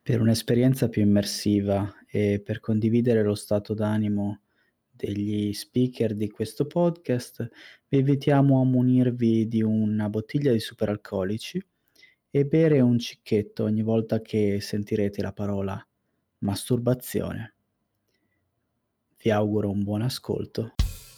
Per un'esperienza più immersiva e per condividere lo stato d'animo degli speaker di questo podcast, vi invitiamo a munirvi di una bottiglia di superalcolici e bere un cicchetto ogni volta che sentirete la parola masturbazione. Vi auguro un buon ascolto.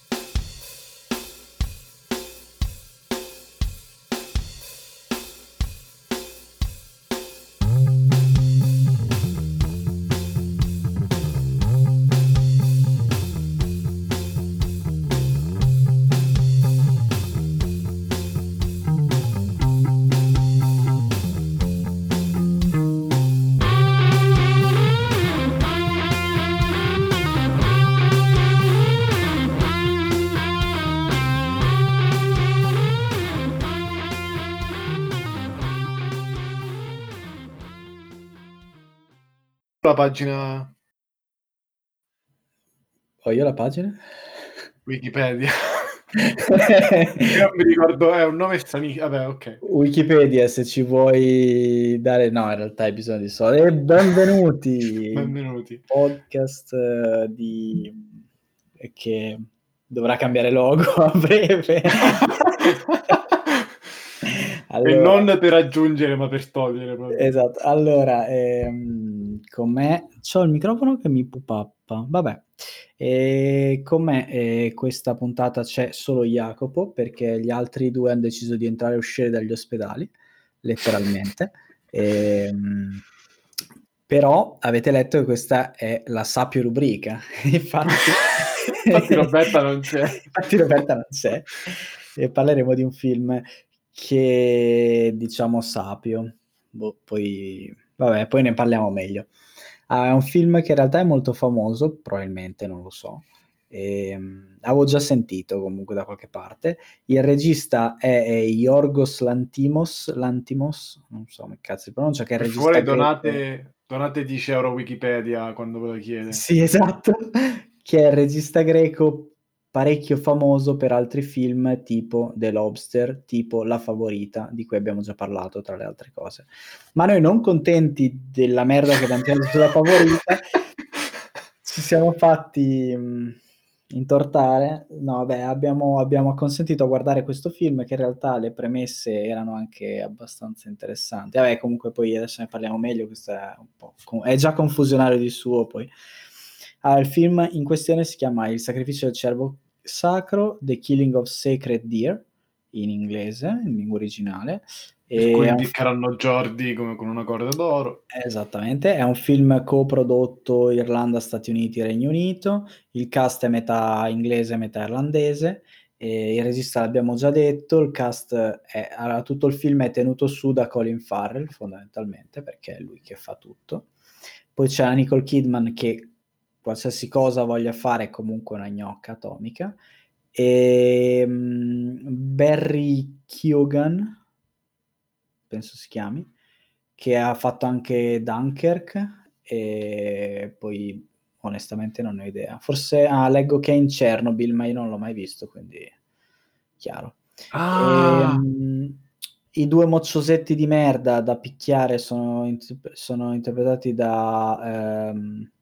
La pagina Ho io la pagina? Wikipedia. Io non mi ricordo, è un nome vabbè, ok. Wikipedia, se ci vuoi dare... No, in realtà hai bisogno di soldi. E benvenuti! Benvenuti. Podcast che dovrà cambiare logo a breve. E non per aggiungere, ma per togliere proprio. Esatto. Allora, con me c'ho il microfono che mi pupappa. Vabbè. Con me questa puntata c'è solo Jacopo, perché gli altri due han deciso di entrare e uscire dagli ospedali, letteralmente. Però avete letto che questa è la Sapio rubrica. Infatti Roberta non c'è. Infatti Roberta non c'è. E parleremo di un film che diciamo sapio. Poi ne parliamo meglio. È un film che in realtà è molto famoso, probabilmente, non lo so. Avevo già sentito comunque da qualche parte. Il regista è Yorgos Lanthimos, non so come cazzo si pronuncia, che è il Per regista favore greco. donate 10 euro a Wikipedia quando ve lo chiede. Sì, esatto, che è il regista greco parecchio famoso per altri film tipo The Lobster, tipo La Favorita, di cui abbiamo già parlato tra le altre cose. Ma noi, non contenti della merda che abbiamo tirato sulla Favorita, ci siamo fatti intortare. No, vabbè, abbiamo acconsentito a guardare questo film, che in realtà le premesse erano anche abbastanza interessanti. Vabbè, comunque poi adesso ne parliamo meglio, questo è un po' è già confusionario di suo poi. Il film in questione si chiama Il sacrificio del cervo sacro, The Killing of Sacred Deer, in inglese, in lingua originale. Per cui È un impiccheranno Jordi come con una corda d'oro. Esattamente, è un film coprodotto Irlanda, Stati Uniti, Regno Unito. Il cast è metà inglese e metà irlandese. Il regista l'abbiamo già detto. Il cast allora, tutto il film è tenuto su da Colin Farrell, fondamentalmente, perché è lui che fa tutto. Poi c'è la Nicole Kidman, che qualsiasi cosa voglia fare è comunque una gnocca atomica. E Barry Keoghan, penso si chiami, che ha fatto anche Dunkirk, e poi onestamente non ho idea. Forse leggo che è in Chernobyl, ma io non l'ho mai visto, quindi chiaro. Ah! I due mocciosetti di merda da picchiare sono interpretati da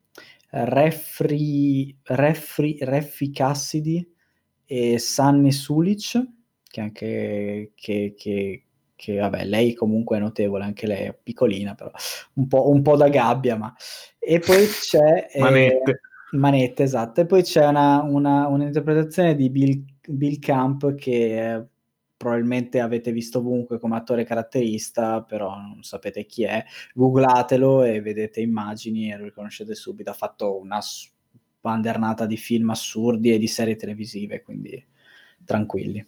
Raffi Cassidy e Sunny Sulic, che anche che vabbè, lei comunque è notevole, anche lei è piccolina, però un po' da gabbia, ma... E poi c'è Manette. Manette, esatto. E poi c'è un'interpretazione di Bill Camp, che probabilmente avete visto ovunque come attore caratterista, però non sapete chi è. Googlatelo e vedete immagini e lo riconoscete subito. Ha fatto una bandernata di film assurdi e di serie televisive, quindi tranquilli.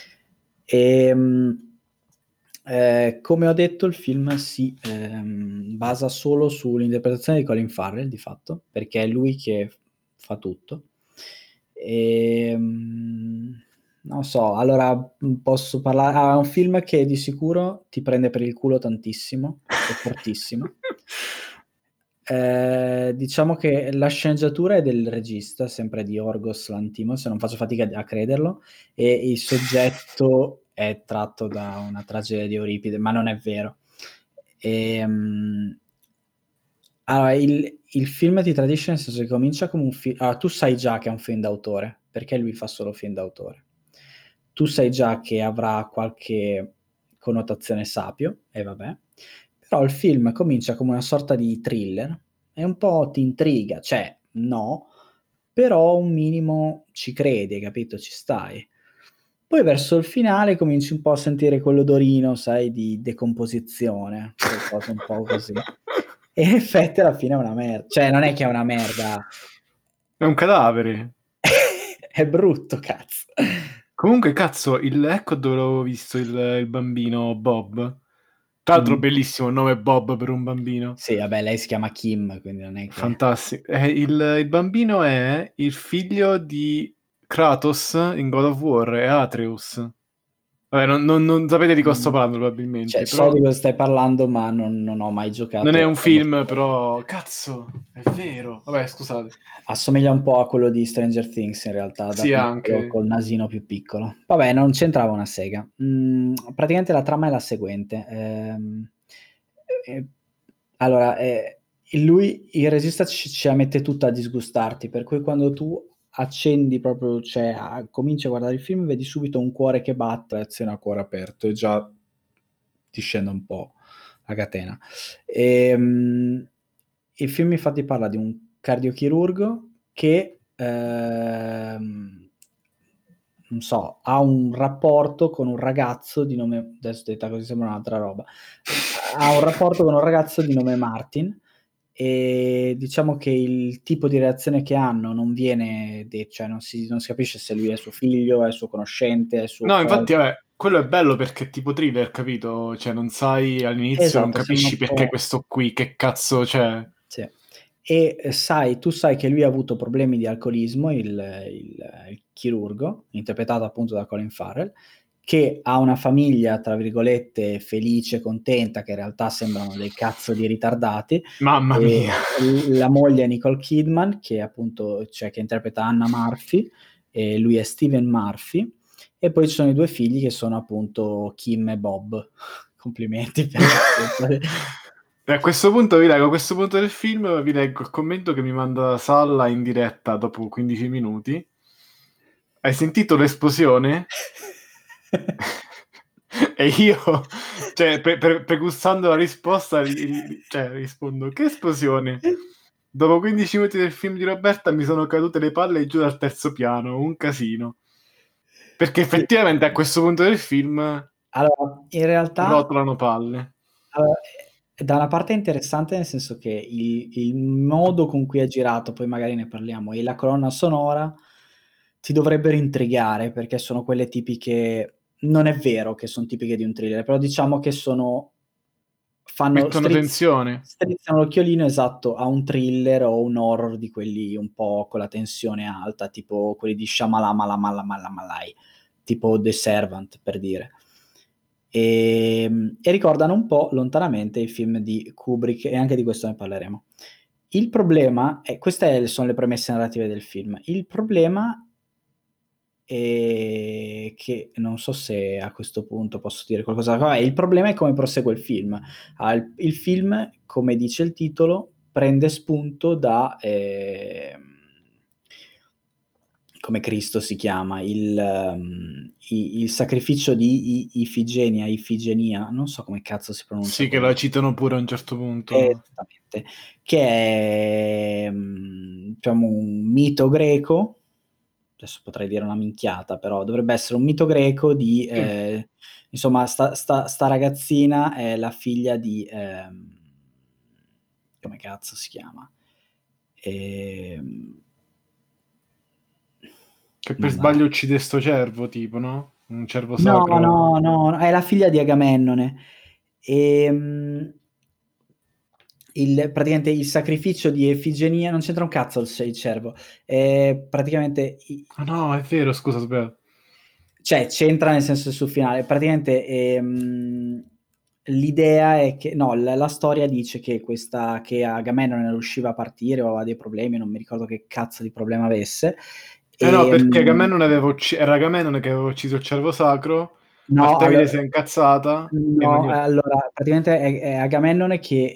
Come ho detto, il film si basa solo sull'interpretazione di Colin Farrell, di fatto, perché è lui che fa tutto. Non so, allora posso parlare... è un film che di sicuro ti prende per il culo tantissimo, è fortissimo. Diciamo che la sceneggiatura è del regista, sempre di Yorgos Lanthimos, se non faccio fatica a crederlo, e il soggetto è tratto da una tragedia di Euripide, ma non è vero. Allora, il film ti tradisce nel senso che comincia come un film. Allora, tu sai già che è un film d'autore, perché lui fa solo film d'autore. Tu sai già che avrà qualche connotazione sapio, e vabbè. Però il film comincia come una sorta di thriller e un po' ti intriga, cioè no, però un minimo ci credi, hai capito? Ci stai. Poi verso il finale cominci un po' a sentire quell'odorino, sai, di decomposizione, quelle cose un po' così. E in effetti alla fine è una merda. Cioè, non è che è una merda. È un cadavere. È brutto, cazzo. Comunque, cazzo, ecco dove l'avevo visto il bambino Bob. Tra l'altro, Mm. bellissimo il nome Bob per un bambino. Sì, vabbè, lei si chiama Kim, quindi non è che... Fantastico. Il bambino è il figlio di Kratos in God of War, è Atreus. Vabbè, non sapete di cosa sto Mm. parlando Cioè, probabilmente, so però di cosa stai parlando, ma non ho mai non è giocato un a God of film, War. però cazzo, è vero. Vabbè, scusate. Assomiglia un po' a quello di Stranger Things in realtà, da Sì, piccolo, anche. col nasino più piccolo. Vabbè, non c'entrava una sega. Praticamente la trama è la seguente. Eh, allora, il regista ce la mette tutta a disgustarti, per cui quando tu accendi proprio, cioè cominci a guardare il film, vedi subito un cuore che batte, azione a cuore aperto, e già ti scende un po' la catena. Il film infatti parla di un cardiochirurgo che non so, ha un rapporto con un ragazzo di nome, adesso detta così sembra un'altra roba, ha un rapporto con un ragazzo di nome Martin e diciamo che il tipo di reazione che hanno non viene cioè non si capisce se lui è suo figlio, è suo conoscente, è suo No, cosa. infatti, vabbè, quello è bello perché è tipo thriller, capito? Cioè, non sai all'inizio, non Esatto, sembra capisci un perché po'. questo qui, che cazzo c'è. Sì. E tu sai che lui ha avuto problemi di alcolismo, il chirurgo, interpretato appunto da Colin Farrell, che ha una famiglia, tra virgolette, felice, contenta, che in realtà sembrano dei cazzo di ritardati, Mamma e mia. la moglie è Nicole Kidman, che appunto, cioè, che interpreta Anna Murphy, e lui è Steven Murphy, e poi ci sono i due figli che sono appunto Kim e Bob. Complimenti per la scelta. E a questo punto vi leggo, a questo punto del film vi leggo il commento che mi manda Salla in diretta dopo 15 minuti. Hai sentito l'esplosione? E io, cioè, pregussando la risposta, cioè, rispondo, che esplosione? Dopo 15 minuti del film di Roberta mi sono cadute le palle giù dal terzo piano, un casino. Perché Sì. effettivamente a questo punto del film Allora, in realtà, rotolano palle. allora, da una parte è interessante nel senso che il modo con cui è girato, poi magari ne parliamo, e la colonna sonora ti dovrebbero intrigare perché sono quelle tipiche, non è vero che sono tipiche di un thriller, però diciamo che Mettono tensione. strizzano l'occhiolino esatto a un thriller o un horror di quelli un po' con la tensione alta, tipo quelli di Shyamalan, tipo The Servant per dire. E ricordano un po' lontanamente i film di Kubrick e anche di questo ne parleremo. Il problema, e queste sono le premesse narrative del film, il problema è che non so se a questo punto posso dire qualcosa, vabbè, il problema è come prosegue il film. Il film, come dice il titolo, prende spunto da come Cristo si chiama, il sacrificio di Ifigenia, non so come cazzo si pronuncia Sì, che la quello. citano pure a un certo punto. Esattamente, che è diciamo un mito greco, adesso potrei dire una minchiata, però dovrebbe essere un mito greco di, Sì. insomma, sta ragazzina è la figlia di, come cazzo si chiama? Ehm, Che per Mannaggia. sbaglio uccide sto cervo, tipo, no? Un cervo No, sacro. no, no, è la figlia di Agamennone. Ehm, praticamente il sacrificio di Efigenia non c'entra un cazzo il cervo. Praticamente Ah no, è vero, scusa, aspetta. cioè c'entra nel senso sul finale. Praticamente l'idea è che no, la storia dice che che Agamennone non riusciva a partire o aveva dei problemi, non mi ricordo che cazzo di problema avesse. Eh no, perché Ehm Agamenone era Agamenone che aveva ucciso il cervo sacro No, Artemide allo si è incazzata e non no, gli allora praticamente è Agamennone che,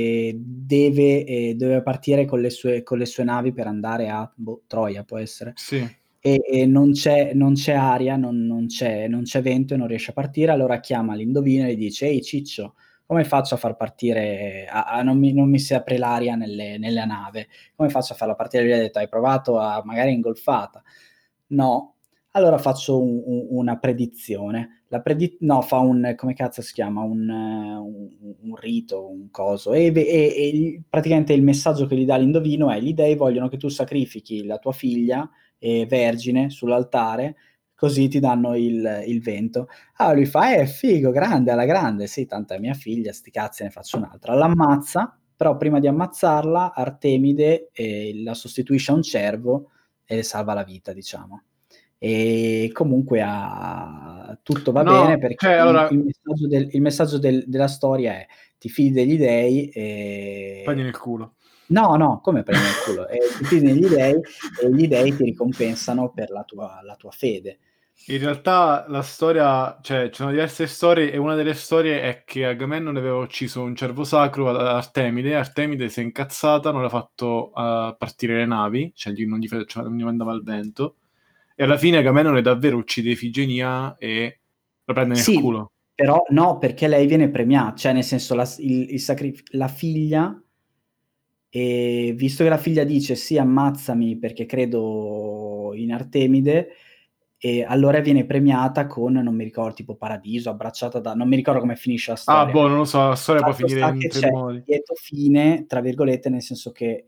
deve partire con le sue navi per andare a, boh, Troia può essere, sì. e non c'è aria, non c'è vento e non riesce a partire, allora chiama l'indovino e gli dice: "Ehi Ciccio, come faccio a far partire non mi si apre l'aria nella nave, come faccio a farla partire?" Lui gli ha detto: "Hai provato a magari ingolfata?" "No." "Allora faccio una predizione." La predi no, fa un, come cazzo si chiama, un rito, un coso, e il praticamente il messaggio che gli dà l'indovino è: "Gli dei vogliono che tu sacrifichi la tua figlia, vergine sull'altare, così ti danno il vento." Ah, lui fa: figo, grande, alla grande, sì, tanto è mia figlia, sti cazzi, ne faccio un'altra." L'ammazza, però prima di ammazzarla Artemide, la sostituisce a un cervo e le salva la vita, diciamo. E comunque tutto va bene No, perché cioè allora il messaggio della storia è: ti fidi degli dei, prendi nel culo. no, no, come prendi nel culo? Ti fidi degli dei e gli dei ti ricompensano per la tua fede. In realtà la storia, cioè ci sono diverse storie e una delle storie è che Agamennone aveva ucciso un cervo sacro ad Artemide, Artemide si è incazzata, non l'ha fatto partire le navi, cioè non gli mandava il vento, e alla fine Agamennone davvero uccide Ifigenia e lo prende nel Sì, culo. però no, perché lei viene cioè nel senso la figlia, visto che la figlia dice: "Sì, ammazzami perché credo in Artemide", allora viene premiata con, non mi ricordo, tipo paradiso, abbracciata da, non mi ricordo come finisce la Ah, storia. boh, non lo so, la storia può Fatto finire sta in che tre c'è modi. "lieto fine", tra virgolette, nel senso che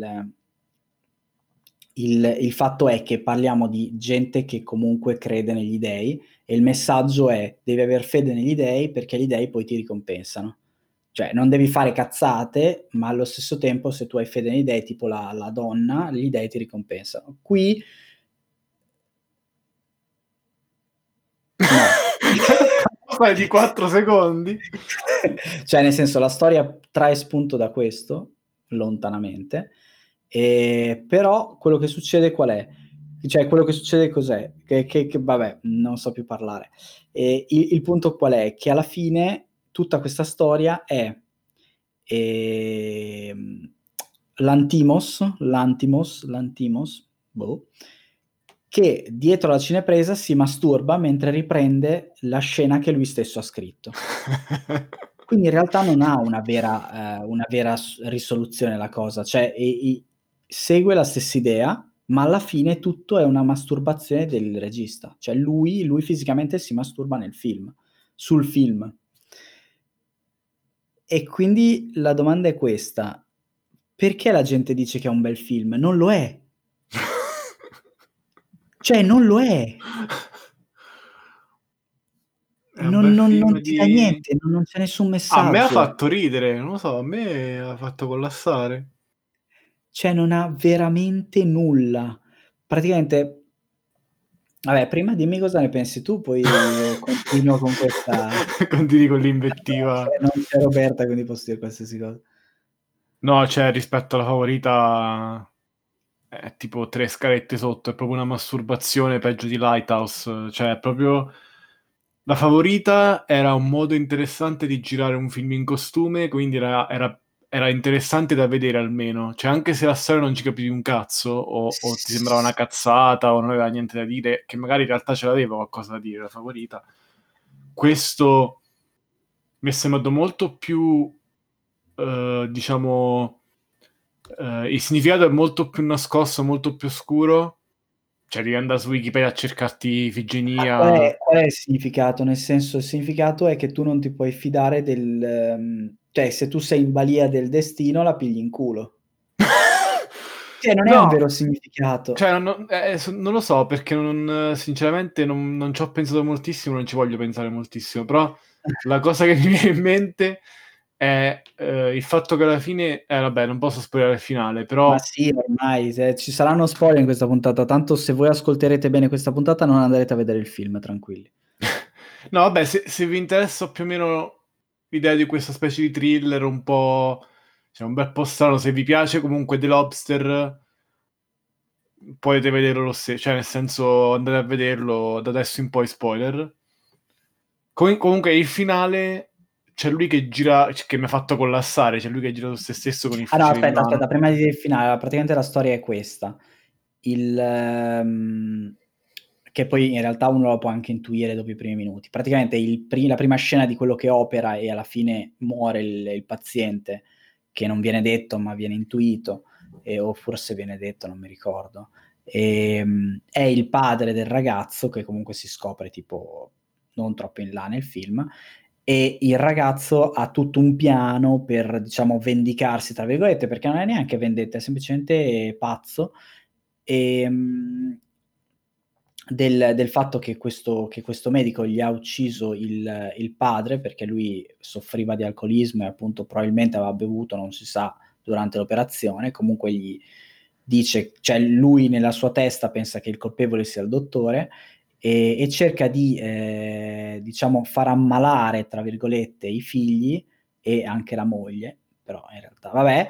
il fatto è che parliamo di gente che comunque crede negli dei, e il messaggio è: devi aver fede negli dei perché gli dei poi ti ricompensano. Cioè non devi fare cazzate, ma allo stesso tempo se tu hai fede nei dei, tipo la donna, gli dei ti ricompensano. Qui no. Fai di 4 secondi. Cioè nel senso la storia trae spunto da questo, lontanamente, però quello che succede qual è? Cioè quello che succede cos'è? Che vabbè, non so più parlare. Il punto qual è? Che alla fine tutta questa storia è, ehm, l'Antimos, boh, che dietro la cinepresa si masturba mentre riprende la scena che lui stesso ha scritto. Quindi in realtà non ha una vera risoluzione la cosa, cioè segue la stessa idea, ma alla fine tutto è una masturbazione del regista. Cioè lui fisicamente si masturba nel film, sul film. E quindi la domanda è questa: perché la gente dice che è un bel film? Non lo è. Cioè non lo è. È un bel Non film ti dà di... niente, non c'è nessun A me ha messaggio. fatto ridere, non lo so, a me ha fatto collassare. Cioè non ha veramente nulla. Praticamente, vabbè, prima dimmi cosa ne pensi tu, poi io continuo con questa. Continui con Tanto l'invettiva. non c'è Roberta, quindi posso dire qualsiasi cosa. No, cioè rispetto alla favorita è tipo 3 scalette sotto, è proprio una masturbazione peggio di Lighthouse, cioè è proprio... La favorita era un modo interessante di girare un film in costume, quindi era interessante da vedere almeno, cioè anche se la storia non ci capivi un cazzo o ti sembrava una S cazzata o non aveva niente da dire, che magari in realtà ce l'aveva qualcosa da dire la favorita. Questo mi è sembrato molto più, diciamo, il significato è molto più nascosto, molto più oscuro. Cioè, devi andare su Wikipedia a cercarti Ma Ifigenia. qual è il significato? Nel senso, il significato è che tu non ti puoi fidare cioè se tu sei in balia del destino la pigli in culo. Cioè non è un No, vero significato. cioè, non lo so perché sinceramente non ci ho pensato moltissimo, non ci voglio pensare moltissimo, però la cosa che mi viene in mente è il fatto che alla fine, vabbè, non posso spoilerare il finale, Ma però sì, ormai, ci saranno spoiler in questa puntata, tanto se voi ascolterete bene questa puntata non andrete a vedere il film, tranquilli. no, vabbè, se vi interessa più o meno l'idea di questa specie di thriller un po', cioè un bel po' strano, se vi piace comunque The Lobster, potete vederlo lo stesso, cioè nel senso andate a vederlo da adesso in poi spoiler. Comunque il finale, c'è lui che gira, che mi ha fatto collassare, c'è lui che gira su se stesso con il Ah no, fucile in aspetta, mano. aspetta, prima di dire il finale, praticamente la storia è questa. Il, che poi in realtà uno lo può anche intuire dopo i primi minuti. Praticamente la prima scena di quello che opera e alla fine muore il paziente, che non viene detto ma viene intuito, o forse viene detto, non mi ricordo. È il padre del ragazzo, che comunque si scopre tipo non troppo in là nel film, e il ragazzo ha tutto un piano per, diciamo, vendicarsi, tra virgolette, perché non è neanche vendetta, è semplicemente pazzo, del fatto che questo medico gli ha ucciso il padre, perché lui soffriva di alcolismo e appunto probabilmente aveva bevuto, non si sa, durante l'operazione. Comunque gli dice, cioè lui nella sua testa pensa che il colpevole sia il dottore, e cerca di diciamo far ammalare, tra virgolette, i figli e anche la moglie, però in realtà vabbè,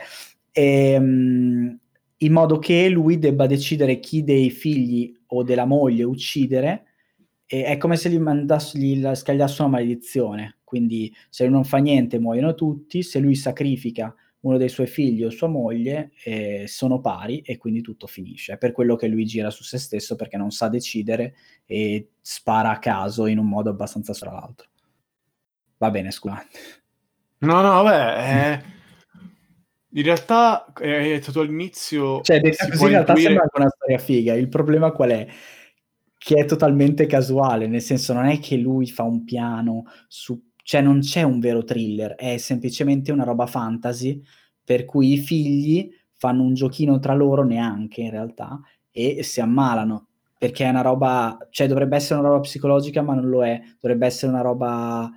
in modo che lui debba decidere chi dei figli o della moglie uccidere, e è come se gli scagliasse una maledizione. Quindi se lui non fa niente muoiono tutti, se lui sacrifica uno dei suoi figli o sua moglie, sono pari e quindi tutto finisce. È per quello che lui gira su se stesso, perché non sa decidere e spara a caso in un modo abbastanza tra l'altro. Va bene, scusate. No, no, vabbè, in realtà hai detto tu all'inizio, Cioè, detta si così può in realtà sembra intuire... anche una storia figa. Il problema qual è? Che è totalmente casuale, nel senso non è che lui fa un piano cioè non c'è un vero thriller, è semplicemente una roba fantasy per cui i figli fanno un giochino tra loro, neanche in realtà, e si ammalano, perché è una roba, cioè dovrebbe essere una roba psicologica ma non lo è, dovrebbe essere una roba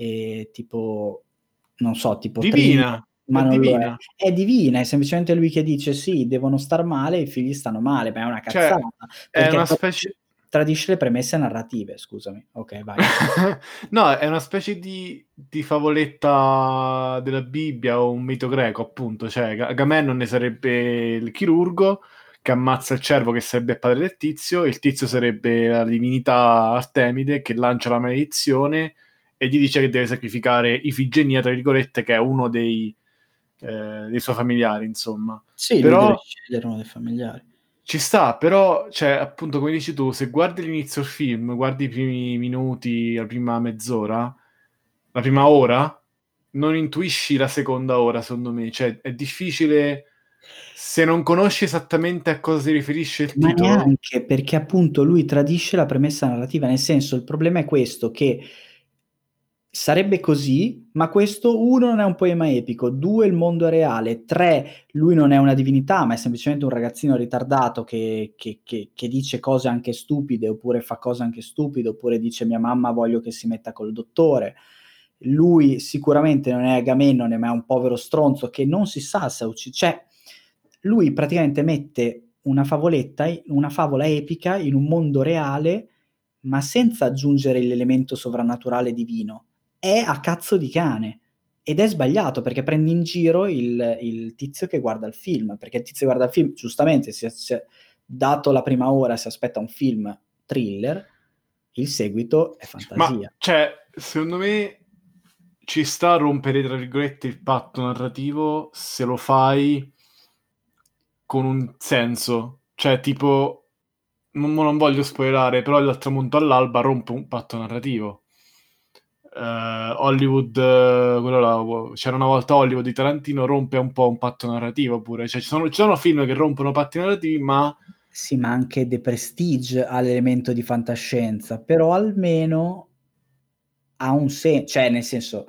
tipo, non so, tipo thriller, Divina, ma è non lo è. divina. È divina, è semplicemente lui che dice sì, devono star male e i figli stanno male, ma è una Cioè, cazzata, è perché una specie... tradisce le premesse narrative, scusami. Ok, vai. No, è una specie di favoletta della Bibbia o un mito greco, appunto. Cioè, Agamennone sarebbe il chirurgo che ammazza il cervo, che sarebbe il padre del tizio, e il tizio sarebbe la divinità Artemide che lancia la maledizione e gli dice che deve sacrificare Ifigenia, tra virgolette, che è uno dei suoi familiari, insomma. Sì, lui deve Però scegliere uno dei familiari. ci sta, però, cioè, appunto, come dici tu, se guardi l'inizio del film, guardi i primi minuti, la prima mezz'ora, la prima ora, non intuisci la seconda ora, secondo me. Cioè, è difficile, se non conosci esattamente a cosa si riferisce il Ma titolo. neanche, perché appunto lui tradisce la premessa narrativa, nel senso, il problema è questo, che sarebbe così, ma questo, uno, non è un poema epico, due, il mondo è reale, tre, lui non è una divinità, ma è semplicemente un ragazzino ritardato che dice cose anche stupide, oppure fa cose anche stupide, oppure dice mia mamma voglio che si metta col dottore. Lui sicuramente non è Agamennone, ma è un povero stronzo che non si sa se ha ucciso. Cioè, lui praticamente mette una favoletta, una favola epica in un mondo reale, ma senza aggiungere l'elemento sovrannaturale divino. È a cazzo di cane. Ed è sbagliato, perché prende in giro il tizio che guarda il film, perché il tizio che guarda il film, giustamente, dato la prima ora, si aspetta un film thriller, il seguito è Ma, fantasia. cioè, secondo me ci sta a rompere, tra virgolette, il patto narrativo se lo fai con un senso. Cioè, tipo, non voglio spoilerare, però Dal tramonto all'alba rompe un patto narrativo. Hollywood, quello là, c'era una volta Hollywood di Tarantino, rompe un po' un patto narrativo pure. Cioè, ci sono film che rompono patti narrativi, ma Sì, ma anche The Prestige ha l'elemento di fantascienza, però almeno ha un senso, cioè nel senso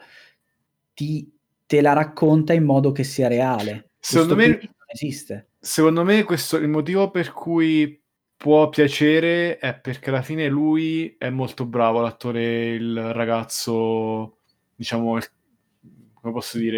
te la racconta in modo che sia reale. secondo Questo qui me, non esiste. secondo me questo, il motivo per cui può piacere è perché alla fine lui è molto bravo, l'attore, il ragazzo, diciamo, come posso dire,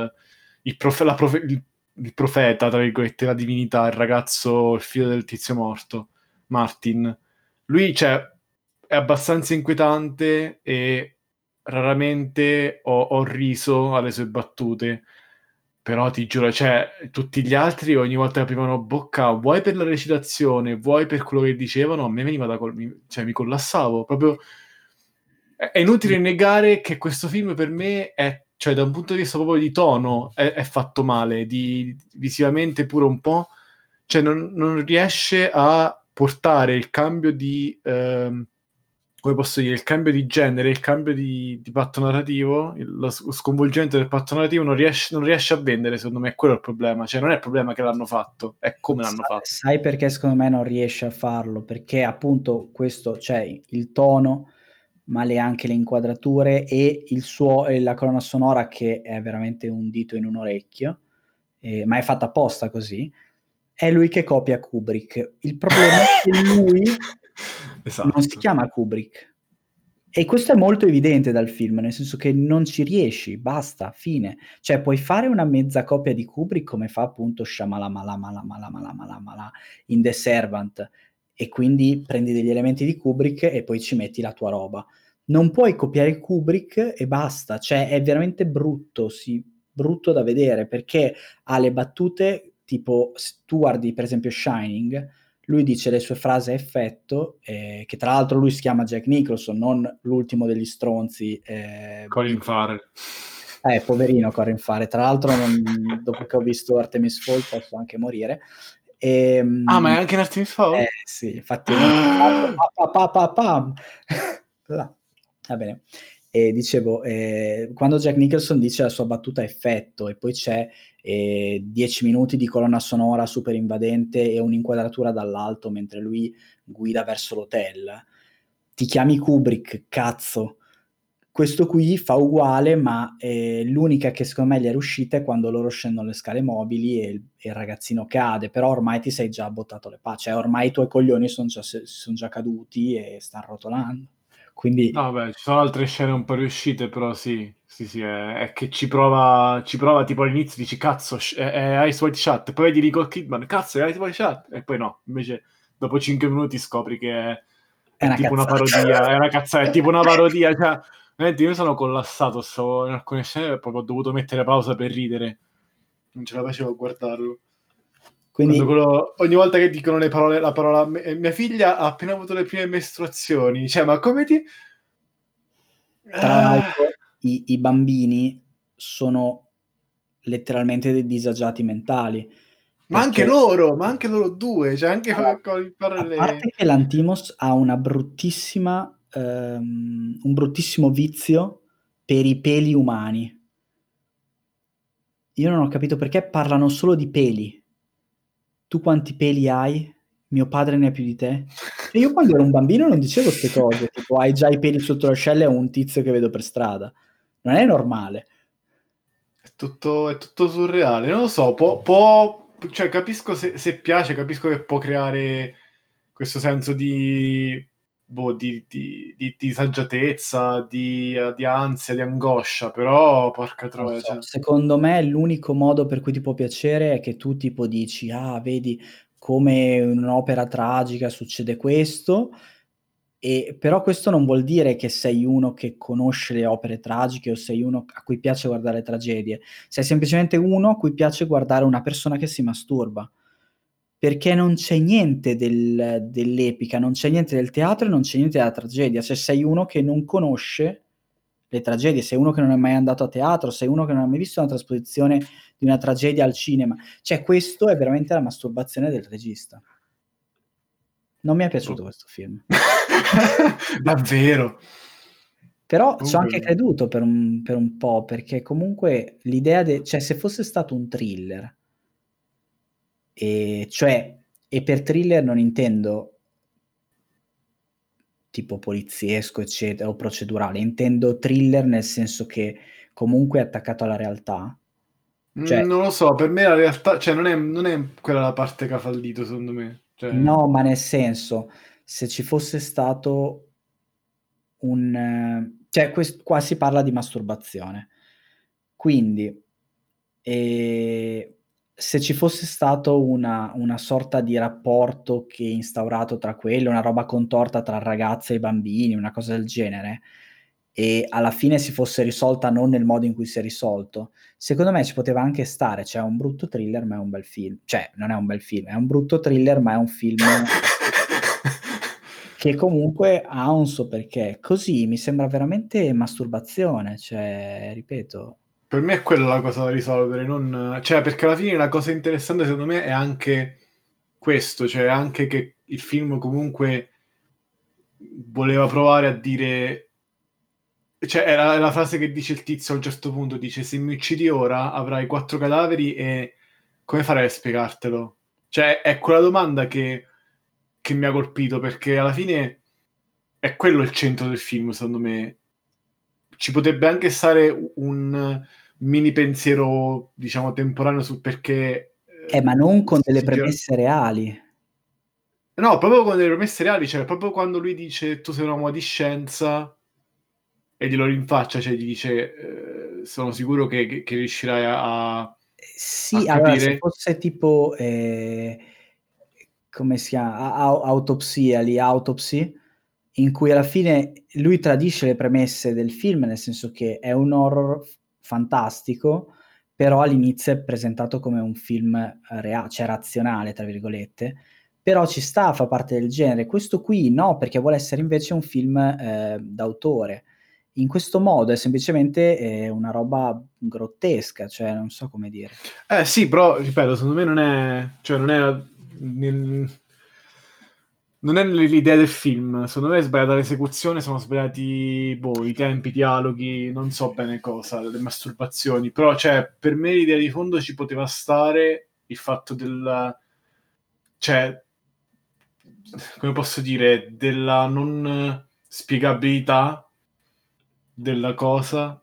il profeta, tra virgolette, la divinità, il ragazzo, il figlio del tizio morto, Martin. Lui, cioè, è abbastanza inquietante e raramente ho riso alle sue battute. Però ti giuro, cioè, tutti gli altri ogni volta che aprivano bocca, vuoi per la recitazione, vuoi per quello che dicevano, a me veniva cioè, mi collassavo. Proprio È inutile negare che questo film per me è, cioè da un punto di vista proprio di tono, è fatto male, visivamente pure un po', cioè non riesce a portare il cambio di, come posso dire, il cambio di genere, il cambio di patto narrativo, lo sconvolgimento del patto narrativo non riesce a vendere, secondo me è quello il problema, cioè non è il problema che l'hanno fatto, è come l'hanno fatto. Sai perché secondo me non riesce a farlo? Perché appunto questo, cioè il tono, ma anche le inquadrature e la colonna sonora che è veramente un dito in un orecchio, ma è fatta apposta così, è lui che copia Kubrick. Il problema è che lui non si Esatto. chiama Kubrick. E questo è molto evidente dal film, nel senso che non ci riesci, basta, fine. Cioè puoi fare una mezza copia di Kubrick come fa appunto Shyamalan in The Servant, e quindi prendi degli elementi di Kubrick e poi ci metti la tua roba. Non puoi copiare Kubrick e basta, cioè è veramente brutto, sì, brutto da vedere, perché ha le battute tipo, se tu guardi per esempio Shining, lui dice le sue frasi a effetto, che tra l'altro lui si chiama Jack Nicholson, non l'ultimo degli stronzi. Colin Farrell. Poverino Colin Farrell, tra l'altro dopo che ho visto Artemis Fowl posso anche morire. Ah, ma è anche in Artemis Fowl? Sì, infatti non pam. Va bene. E dicevo, quando Jack Nicholson dice la sua battuta a effetto e poi c'è 10 minuti di colonna sonora super invadente e un'inquadratura dall'alto mentre lui guida verso l'hotel, ti chiami Kubrick, cazzo. Questo qui fa uguale, ma l'unica che secondo me gli è riuscita è quando loro scendono le scale mobili e il ragazzino cade, però ormai ti sei già bottato le palle, cioè ormai i tuoi coglioni sono già caduti e stanno rotolando. Quindi No, vabbè, ci sono altre scene un po' riuscite, però sì, è che ci prova tipo all'inizio dici, cazzo, è Ice White Shut, poi vedi Nicole Kidman, cazzo, è Ice White Shut, e poi no, invece dopo 5 minuti scopri che è è una tipo una cazzata. parodia, è una cazzata, è tipo una parodia, cioè, veramente io sono collassato, stavo in alcune scene e proprio ho dovuto mettere pausa per ridere, non ce la facevo a guardarlo. Quindi Ogni volta che dicono le parole, la parola mia figlia ha appena avuto le prime mestruazioni, cioè, ma come ti... tra l'altro i bambini sono letteralmente dei disagiati mentali, Ma perché anche loro due, cioè anche allora, con il a parole... parte che l'Antimos ha una un bruttissimo vizio per i peli umani. Io non ho capito perché parlano solo di peli. Tu quanti peli hai? Mio padre ne ha più di te? Cioè io quando ero un bambino non dicevo queste cose, tipo hai già i peli sotto le ascelle a un tizio che vedo per strada. Non è normale. È tutto surreale, non lo so, cioè capisco se piace, capisco che può creare questo senso di disagiatezza, di ansia, di angoscia, però porca Non lo troia, so, cioè... secondo me l'unico modo per cui ti può piacere è che tu tipo dici: "Ah, vedi come in un'opera tragica succede questo", però questo non vuol dire che sei uno che conosce le opere tragiche o sei uno a cui piace guardare tragedie. Sei semplicemente uno a cui piace guardare una persona che si masturba, perché non c'è niente dell'epica, non c'è niente del teatro e non c'è niente della tragedia. Cioè sei uno che non conosce le tragedie, sei uno che non è mai andato a teatro, sei uno che non ha mai visto una trasposizione di una tragedia al cinema. Cioè questo è veramente la masturbazione del regista. Non mi è piaciuto Boh. questo film. Davvero? Però c'ho Comunque... anche creduto per un po', perché comunque l'idea cioè se fosse stato un thriller, cioè, e per thriller non intendo tipo poliziesco, eccetera, o procedurale, intendo thriller nel senso che comunque è attaccato alla realtà. Cioè, Non lo so, per me la realtà, cioè non è quella la parte che ha fallito, secondo me. Cioè... no, ma nel senso, se ci fosse stato cioè qua si parla di masturbazione. Quindi, se ci fosse stato una sorta di rapporto che è instaurato tra quelli, una roba contorta tra ragazze e bambini, una cosa del genere, e alla fine si fosse risolta non nel modo in cui si è risolto, secondo me ci poteva anche stare. Cioè è un brutto thriller ma è un bel film. Cioè, non è un bel film, è un brutto thriller ma è un film che comunque ha un suo perché. Così mi sembra veramente masturbazione, cioè, ripeto. Per me è quella la cosa da risolvere, non... cioè, perché alla fine la cosa interessante secondo me è anche questo, cioè anche che il film comunque voleva provare a dire, cioè è la frase che dice il tizio a un certo punto, dice se mi uccidi ora avrai 4 cadaveri e come farai a spiegartelo? Cioè è quella domanda che mi ha colpito, perché alla fine è quello il centro del film, secondo me. Ci potrebbe anche stare un mini pensiero, diciamo, temporaneo sul perché Ma non con delle si gira... premesse reali. No, proprio con delle promesse reali, cioè proprio quando lui dice tu sei un uomo di scienza e glielo rinfaccia, cioè gli dice sono sicuro che riuscirai Sì, a allora se capire. fosse tipo, come si chiama, Autopsia lì, Autopsy, in cui alla fine lui tradisce le premesse del film, nel senso che è un horror fantastico, però all'inizio è presentato come un film cioè "razionale" tra virgolette, però ci sta, fa parte del genere. Questo qui no, perché vuole essere invece un film, d'autore. In questo modo è semplicemente, una roba grottesca, cioè non so come dire. Sì, però, ripeto, secondo me non è... cioè non è... nel- non è l'idea del film, secondo me è sbagliata l'esecuzione, sono sbagliati boh, i tempi, i dialoghi, non so bene cosa, le masturbazioni, però cioè, per me l'idea di fondo ci poteva stare il fatto del... cioè, come posso dire, della non spiegabilità della cosa,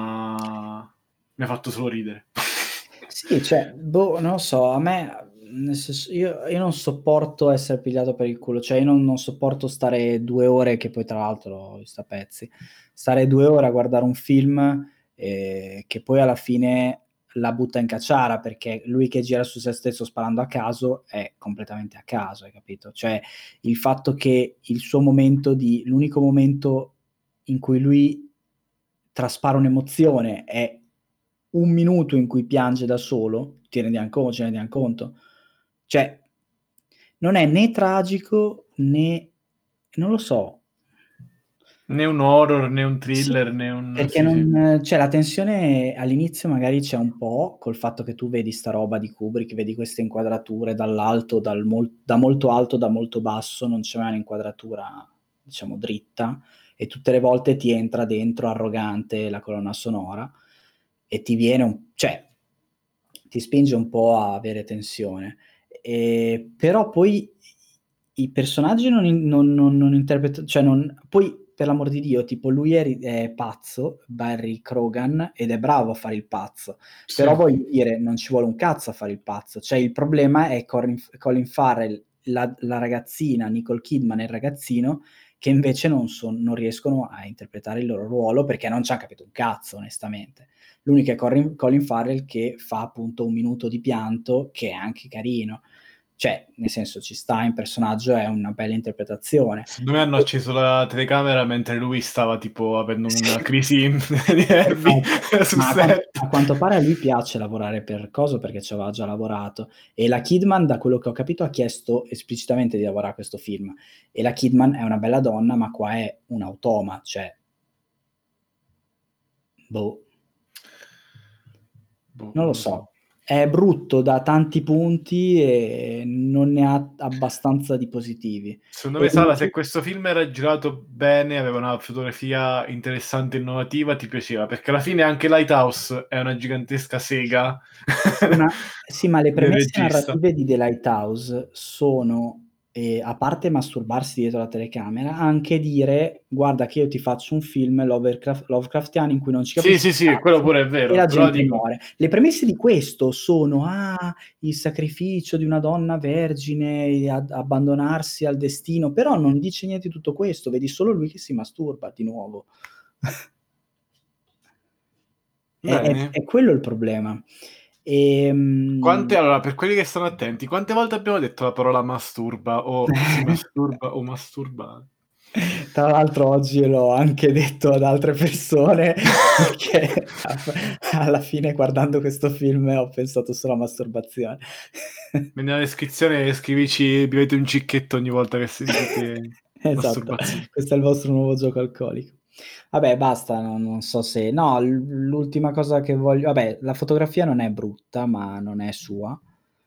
ma mi ha fatto solo ridere. Sì, cioè, boh, non lo so, a me, nel senso, io non sopporto essere pigliato per il culo, cioè io non sopporto stare 2 ore, che poi tra l'altro l'ho visto a pezzi, stare 2 ore a guardare un film, che poi alla fine la butta in caciara, perché lui che gira su se stesso sparando a caso è completamente a caso, hai capito? Cioè, il fatto che il suo momento l'unico momento in cui lui traspara un'emozione è 1 minuto in cui piange da solo, ce ne rendiam conto? Cioè, non è né tragico né non lo so. Né un horror, né un Sì, thriller, né un... perché Sì, sì. non cioè la tensione all'inizio magari c'è un po', col fatto che tu vedi 'sta roba di Kubrick, vedi queste inquadrature dall'alto, da molto alto, da molto basso, non c'è mai un'inquadratura, diciamo, dritta, e tutte le volte ti entra dentro arrogante la colonna sonora e ti viene cioè ti spinge un po' a avere tensione. Però poi i personaggi non cioè poi per l'amor di Dio, tipo lui è pazzo, Barry Keoghan, ed è bravo a fare il pazzo, Sì. però voglio dire, non ci vuole un cazzo a fare il pazzo, cioè il problema è Colin Farrell, la ragazzina, Nicole Kidman e il ragazzino, che invece non riescono a interpretare il loro ruolo, perché non c'han capito un cazzo onestamente. L'unico è Colin Farrell, che fa appunto 1 minuto di pianto, che è anche carino. Cioè, nel senso, ci sta in personaggio, è una bella interpretazione. Secondo me hanno acceso la telecamera mentre lui stava tipo avendo una Sì. crisi di nervi sul Ma set. a quanto pare a lui piace lavorare per coso, perché ci aveva già lavorato, e la Kidman, da quello che ho capito, ha chiesto esplicitamente di lavorare a questo film, e la Kidman è una bella donna, ma qua è un automa, cioè boh. Boh, Non lo non lo so. so. È brutto da tanti punti e non ne ha abbastanza di positivi. Secondo E me, Sara, se questo film era girato bene, aveva una fotografia interessante e innovativa, ti piaceva, perché alla fine anche Lighthouse è una gigantesca sega sì, ma le del premesse regista. narrative di The Lighthouse sono, a parte masturbarsi dietro la telecamera, anche dire: "Guarda che io ti faccio un film Lovecraftiano in cui non ci Sì, capisci sì, un sì, quello cazzo pure è e vero, la però gente dico... muore". Le premesse di questo sono: il sacrificio di una donna vergine e abbandonarsi al destino, però non dice niente di tutto questo, vedi solo lui che si masturba di nuovo. Bene. È quello il problema. Quante, Ehm allora, per quelli che stanno attenti, quante volte abbiamo detto la parola masturba o si masturba o masturba? Tra l'altro oggi l'ho anche detto ad altre persone, perché alla fine guardando questo film ho pensato solo a masturbazione. Nella descrizione scrivici bevete un cicchetto ogni volta che sentite... Esatto, Masturbazione. questo è il vostro nuovo gioco alcolico. Vabbè, basta, non so se no, l'ultima cosa che voglio vabbè, la fotografia non è brutta, ma non è sua.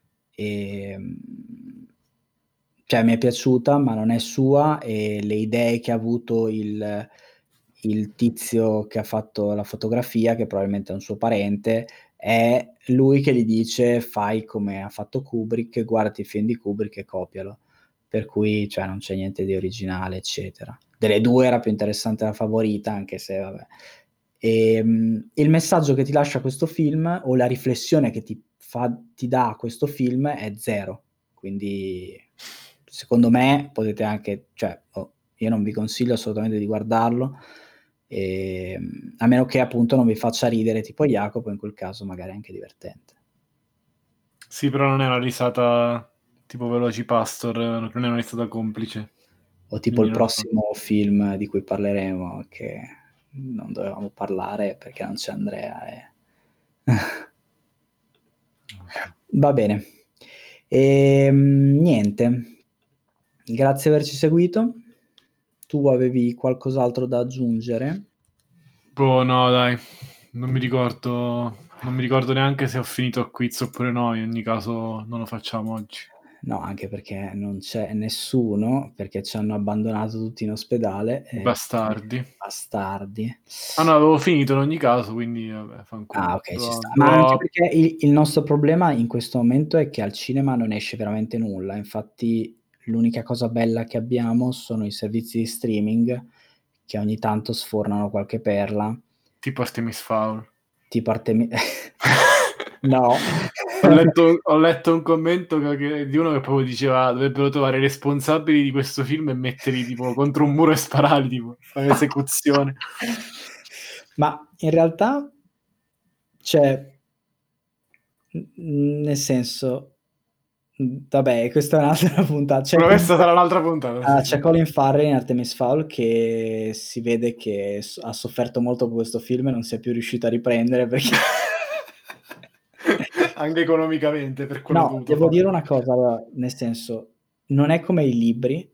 Cioè mi è piaciuta, ma non è sua, e le idee che ha avuto il tizio che ha fatto la fotografia, che probabilmente è un suo parente, è lui che gli dice: "Fai come ha fatto Kubrick, guardati il film di Kubrick e copialo". Per cui, cioè, non c'è niente di originale, eccetera. Delle 2 era più interessante La Favorita, anche se vabbè. Il messaggio che ti lascia questo film, o la riflessione che ti dà questo film, è 0. Quindi secondo me potete anche, cioè, io non vi consiglio assolutamente di guardarlo, a meno che appunto non vi faccia ridere tipo Jacopo, in quel caso magari è anche divertente. Sì, però non è una risata tipo Velocipastor, non è una risata complice. O tipo Quindi il non lo so. prossimo film di cui parleremo, che non dovevamo parlare perché non c'è Andrea e va bene. Niente. Grazie averci seguito. Tu avevi qualcos'altro da aggiungere? Boh, no, dai, non mi ricordo neanche se ho finito a quiz oppure no, in ogni caso non lo facciamo oggi. No, anche perché non c'è nessuno, perché ci hanno abbandonato tutti in ospedale, Bastardi. bastardi. Ah no, avevo finito in ogni caso, quindi vabbè, Ah, fanculo. okay, ci sta. Ma anche perché il nostro problema in questo momento è che al cinema non esce veramente nulla. Infatti l'unica cosa bella che abbiamo sono i servizi di streaming, che ogni tanto sfornano qualche perla, Tipo Artemis Fowl. tipo Artemi no. Ho letto un commento di uno che proprio diceva dovrebbero trovare i responsabili di questo film e metterli tipo contro un muro e spararli tipo a esecuzione. Ma in realtà, cioè, nel senso, vabbè, questa è un'altra punta c'è Questa comunque sarà un'altra puntata, sì, c'è sì. Colin Farrell in Artemis Fowl che si vede che ha sofferto molto per questo film e non si è più riuscito a riprendere perché Anche economicamente per quello no, dovuto devo fare. dire una cosa, allora, nel senso, non è come i libri,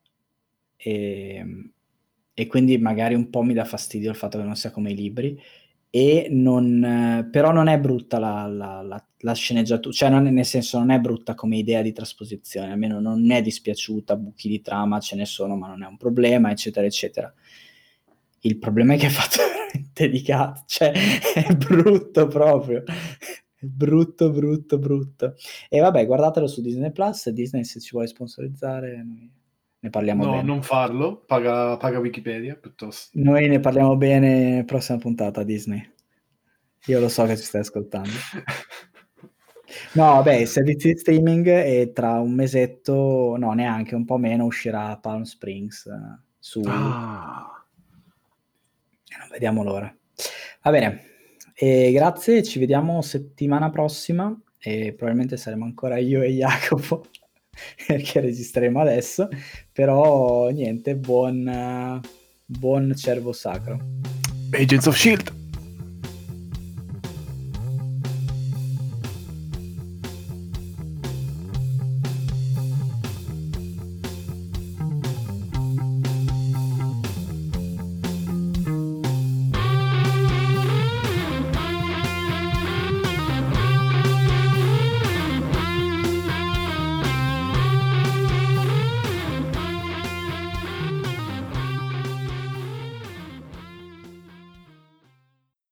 ehm, e quindi magari un po' mi dà fastidio il fatto che non sia come i libri, e non però non è brutta la sceneggiatu cioè non è, nel senso, non è brutta come idea di trasposizione, a me non è dispiaciuta, buchi di trama ce ne sono, ma non è un problema, eccetera, eccetera. Il problema è che è fatto veramente di cioè è brutto proprio. Brutto, brutto, brutto. E vabbè, guardatelo su Disney Plus. Disney, se ci vuole sponsorizzare, noi ne parliamo No, bene. non farlo, paga Wikipedia piuttosto. Noi ne parliamo bene prossima puntata, Disney. Io lo so che ci stai ascoltando. No, vabbè, servizi di streaming, e tra un mesetto, no, neanche, un po' meno, uscirà Palm Springs su Hulu. Ah. Non vediamo l'ora. Va bene, grazie, ci vediamo settimana prossima e probabilmente saremo ancora io e Jacopo perché registreremo adesso, però niente, buon Cervo Sacro. Agents of Shield.